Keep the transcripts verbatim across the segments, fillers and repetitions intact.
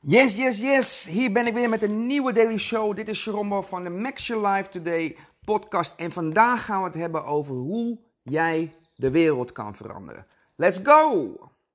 Yes, yes, yes. Hier ben ik weer met een nieuwe Daily Show. Dit is Jerome van de Max Your Life Today podcast. En vandaag gaan we het hebben over hoe jij de wereld kan veranderen. Let's go!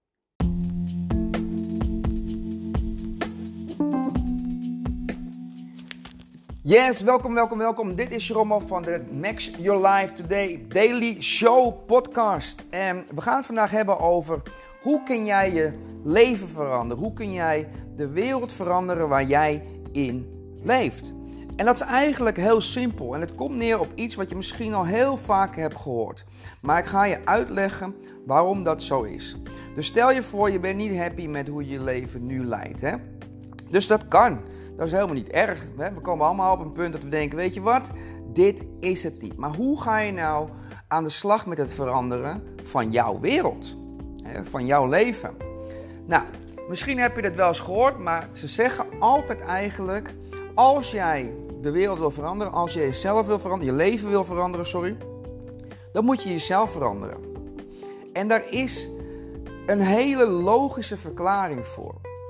Yes, welkom, welkom, welkom. Dit is Jerome van de Max Your Life Today Daily Show podcast. En we gaan het vandaag hebben over hoe kun jij je leven veranderen? Hoe kun jij de wereld veranderen waar jij in leeft? En dat is eigenlijk heel simpel. En het komt neer op iets wat je misschien al heel vaak hebt gehoord. Maar ik ga je uitleggen waarom dat zo is. Dus stel je voor, je bent niet happy met hoe je je leven nu leidt. Hè? Dus dat kan. Dat is helemaal niet erg. Hè? We komen allemaal op een punt dat we denken, weet je wat? Dit is het niet. Maar hoe ga je nou aan de slag met het veranderen van jouw wereld? Hè? Van jouw leven? Nou, misschien heb je dat wel eens gehoord, maar ze zeggen altijd eigenlijk, als jij de wereld wil veranderen, als jij jezelf wil veranderen, je leven wil veranderen, sorry, dan moet je jezelf veranderen. En daar is een hele logische verklaring voor.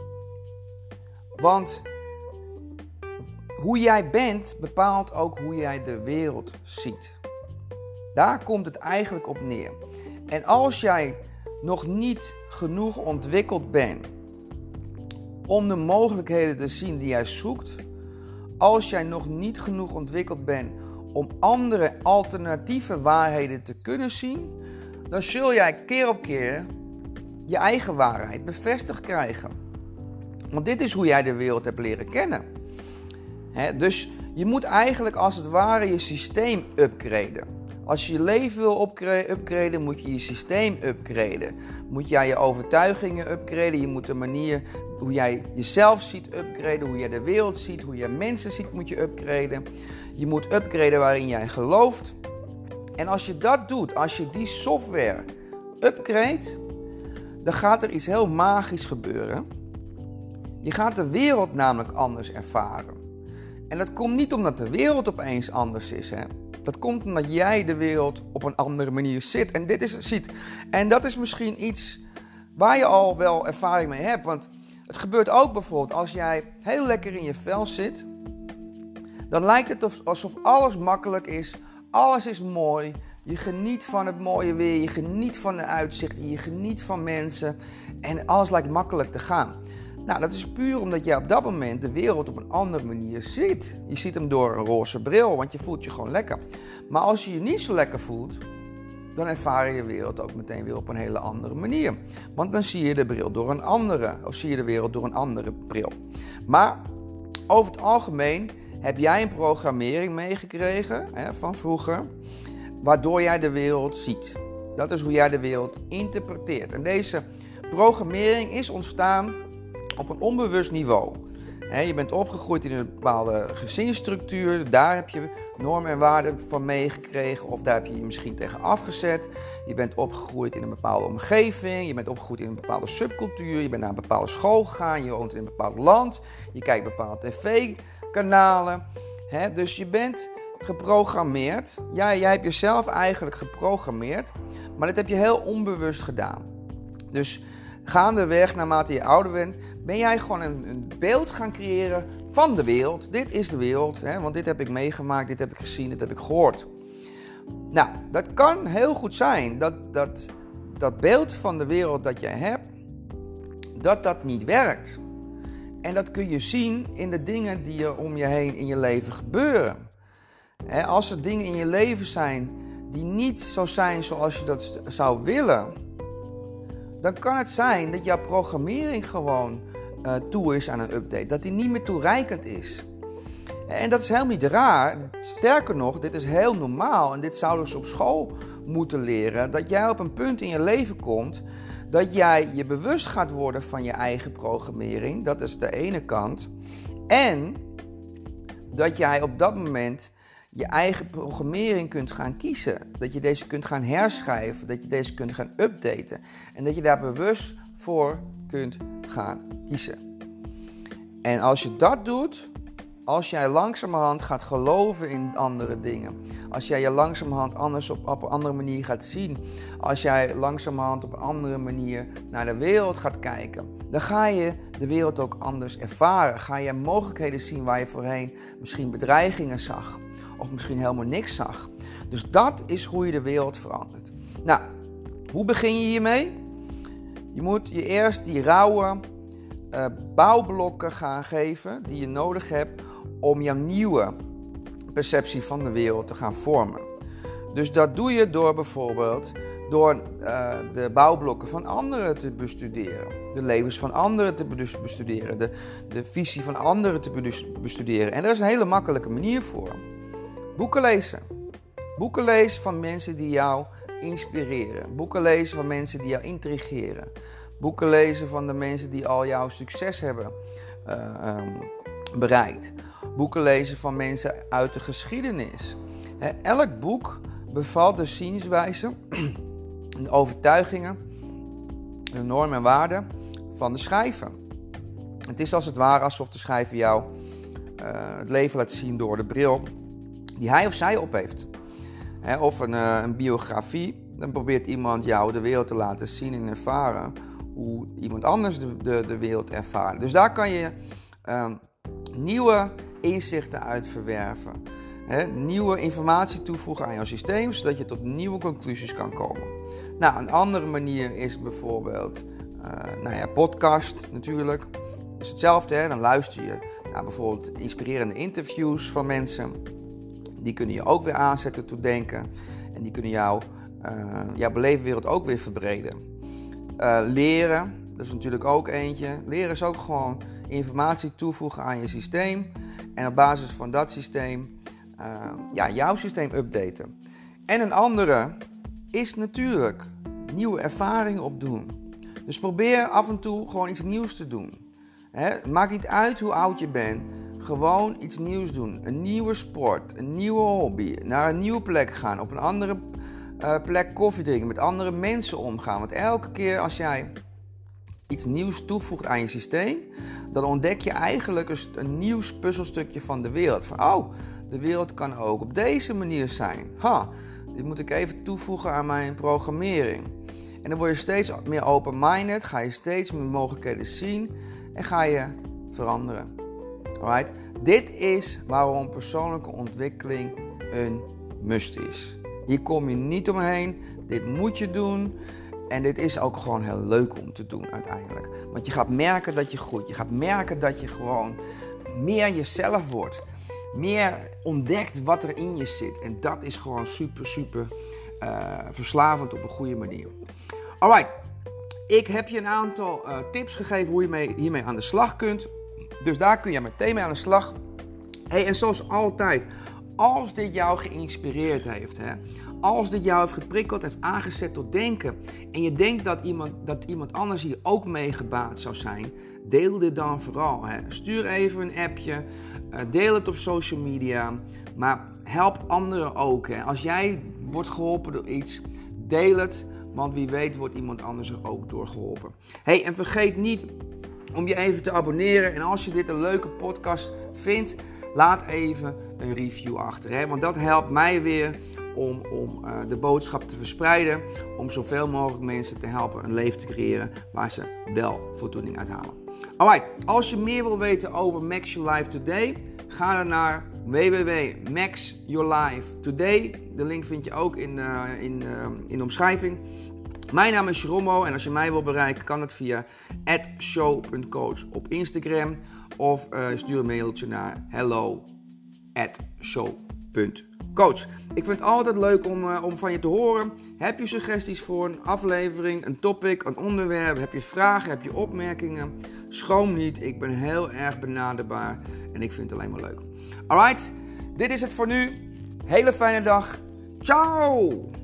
Want hoe jij bent bepaalt ook hoe jij de wereld ziet. Daar komt het eigenlijk op neer. En als jij nog niet genoeg ontwikkeld bent om de mogelijkheden te zien die jij zoekt, als jij nog niet genoeg ontwikkeld bent om andere alternatieve waarheden te kunnen zien, dan zul jij keer op keer je eigen waarheid bevestigd krijgen. Want dit is hoe jij de wereld hebt leren kennen. He, dus je moet eigenlijk als het ware je systeem upgraden. Als je je leven wil upgraden, moet je je systeem upgraden. Moet jij je overtuigingen upgraden. Je moet de manier hoe jij jezelf ziet upgraden. Hoe jij de wereld ziet. Hoe jij mensen ziet moet je upgraden. Je moet upgraden waarin jij gelooft. En als je dat doet, als je die software upgrade, dan gaat er iets heel magisch gebeuren. Je gaat de wereld namelijk anders ervaren. En dat komt niet omdat de wereld opeens anders is, hè. Dat komt omdat jij de wereld op een andere manier zit en dit is, ziet. En dat is misschien iets waar je al wel ervaring mee hebt. Want het gebeurt ook bijvoorbeeld als jij heel lekker in je vel zit. Dan lijkt het alsof alles makkelijk is. Alles is mooi. Je geniet van het mooie weer. Je geniet van de uitzichten. Je geniet van mensen. En alles lijkt makkelijk te gaan. Nou, dat is puur omdat jij op dat moment de wereld op een andere manier ziet. Je ziet hem door een roze bril, want je voelt je gewoon lekker. Maar als je je niet zo lekker voelt, dan ervaar je de wereld ook meteen weer op een hele andere manier. Want dan zie je de bril door een andere, of zie je de wereld door een andere bril. Maar over het algemeen heb jij een programmering meegekregen, hè, van vroeger, waardoor jij de wereld ziet. Dat is hoe jij de wereld interpreteert. En deze programmering is ontstaan op een onbewust niveau. He, je bent opgegroeid in een bepaalde gezinsstructuur. Daar heb je normen en waarden van meegekregen. Of daar heb je je misschien tegen afgezet. Je bent opgegroeid in een bepaalde omgeving. Je bent opgegroeid in een bepaalde subcultuur. Je bent naar een bepaalde school gegaan. Je woont in een bepaald land. Je kijkt bepaalde tv-kanalen. He, dus je bent geprogrammeerd. Ja, jij hebt jezelf eigenlijk geprogrammeerd. Maar dat heb je heel onbewust gedaan. Dus gaandeweg, naarmate je ouder bent, ben jij gewoon een, een beeld gaan creëren van de wereld. Dit is de wereld, hè, want dit heb ik meegemaakt, dit heb ik gezien, dit heb ik gehoord. Nou, dat kan heel goed zijn dat dat, dat beeld van de wereld dat jij hebt, dat dat niet werkt. En dat kun je zien in de dingen die er om je heen in je leven gebeuren. Hè, als er dingen in je leven zijn die niet zo zijn zoals je dat zou willen, dan kan het zijn dat jouw programmering gewoon uh, toe is aan een update. Dat die niet meer toereikend is. En dat is helemaal niet raar. Sterker nog, dit is heel normaal. En dit zouden ze op school moeten leren. Dat jij op een punt in je leven komt dat jij je bewust gaat worden van je eigen programmering. Dat is de ene kant. En dat jij op dat moment je eigen programmering kunt gaan kiezen. Dat je deze kunt gaan herschrijven. Dat je deze kunt gaan updaten. En dat je daar bewust voor kunt gaan kiezen. En als je dat doet, Als jij langzamerhand gaat geloven in andere dingen. Als jij je langzamerhand anders op, op een andere manier gaat zien. Als jij langzamerhand op een andere manier naar de wereld gaat kijken. Dan ga je de wereld ook anders ervaren. Ga je mogelijkheden zien waar je voorheen misschien bedreigingen zag. Of misschien helemaal niks zag. Dus dat is hoe je de wereld verandert. Nou, hoe begin je hiermee? Je moet je eerst die rauwe uh, bouwblokken gaan geven die je nodig hebt om jouw nieuwe perceptie van de wereld te gaan vormen. Dus dat doe je door bijvoorbeeld door uh, de bouwblokken van anderen te bestuderen. De levens van anderen te bestuderen. De, de visie van anderen te bestuderen. En daar is een hele makkelijke manier voor. Boeken lezen. Boeken lezen van mensen die jou inspireren. Boeken lezen van mensen die jou intrigeren. Boeken lezen van de mensen die al jouw succes hebben uh, um, bereikt. Boeken lezen van mensen uit de geschiedenis. He, elk boek bevat de zienswijze, de overtuigingen, de normen en waarden van de schrijver. Het is als het ware alsof de schrijver jou uh, het leven laat zien door de bril die hij of zij op heeft. He, of een, uh, een biografie, dan probeert iemand jou de wereld te laten zien en ervaren hoe iemand anders de, de, de wereld ervaart. Dus daar kan je uh, nieuwe inzichten uit verwerven. He, nieuwe informatie toevoegen aan jouw systeem, zodat je tot nieuwe conclusies kan komen. Nou, een andere manier is bijvoorbeeld uh, nou ja, podcast natuurlijk. Dat is hetzelfde, hè? Dan luister je naar bijvoorbeeld inspirerende interviews van mensen. Die kunnen je ook weer aanzetten tot denken. En die kunnen jou, uh, jouw beleefwereld ook weer verbreden. Uh, leren, dat is natuurlijk ook eentje. Leren is ook gewoon informatie toevoegen aan je systeem. En op basis van dat systeem, uh, ja, jouw systeem updaten. En een andere is natuurlijk nieuwe ervaringen opdoen. Dus probeer af en toe gewoon iets nieuws te doen. Hè? Het maakt niet uit hoe oud je bent. Gewoon iets nieuws doen. Een nieuwe sport, een nieuwe hobby. Naar een nieuwe plek gaan. Op een andere uh, plek koffie drinken. Met andere mensen omgaan. Want elke keer als jij iets nieuws toevoegt aan je systeem, dan ontdek je eigenlijk een, een nieuw puzzelstukje van de wereld. Van, oh, de wereld kan ook op deze manier zijn. Ha, dit moet ik even toevoegen aan mijn programmering. En dan word je steeds meer open-minded, ga je steeds meer mogelijkheden zien en ga je veranderen. Alright? Dit is waarom persoonlijke ontwikkeling een must is. Hier kom je niet omheen, dit moet je doen. En dit is ook gewoon heel leuk om te doen uiteindelijk. Want je gaat merken dat je groeit. Je gaat merken dat je gewoon meer jezelf wordt. Meer ontdekt wat er in je zit. En dat is gewoon super, super uh, verslavend op een goede manier. Alright. Ik heb je een aantal uh, tips gegeven hoe je mee, hiermee aan de slag kunt. Dus daar kun je meteen mee aan de slag. Hey, en zoals altijd, als dit jou geïnspireerd heeft, hè, als dit jou heeft geprikkeld, heeft aangezet tot denken, en je denkt dat iemand, dat iemand anders hier ook mee gebaat zou zijn, deel dit dan vooral. Hè. Stuur even een appje, uh, deel het op social media, maar help anderen ook. Hè. Als jij wordt geholpen door iets, deel het, want wie weet wordt iemand anders er ook door geholpen. Hey, en vergeet niet om je even te abonneren, en als je dit een leuke podcast vindt, laat even een review achter. Hè? Want dat helpt mij weer om, om uh, de boodschap te verspreiden. Om zoveel mogelijk mensen te helpen een leven te creëren waar ze wel voldoening uit halen. Alright, als je meer wil weten over Max Your Life Today, ga dan naar w w w punt max your life today. De link vind je ook in, uh, in, uh, in de omschrijving. Mijn naam is Jeromo en als je mij wil bereiken kan het via at show punt coach op Instagram. Of uh, stuur een mailtje naar hello at show punt coach. Ik vind het altijd leuk om, uh, om van je te horen. Heb je suggesties voor een aflevering, een topic, een onderwerp? Heb je vragen, heb je opmerkingen? Schroom niet, ik ben heel erg benaderbaar en ik vind het alleen maar leuk. Alright, dit is het voor nu. Hele fijne dag. Ciao!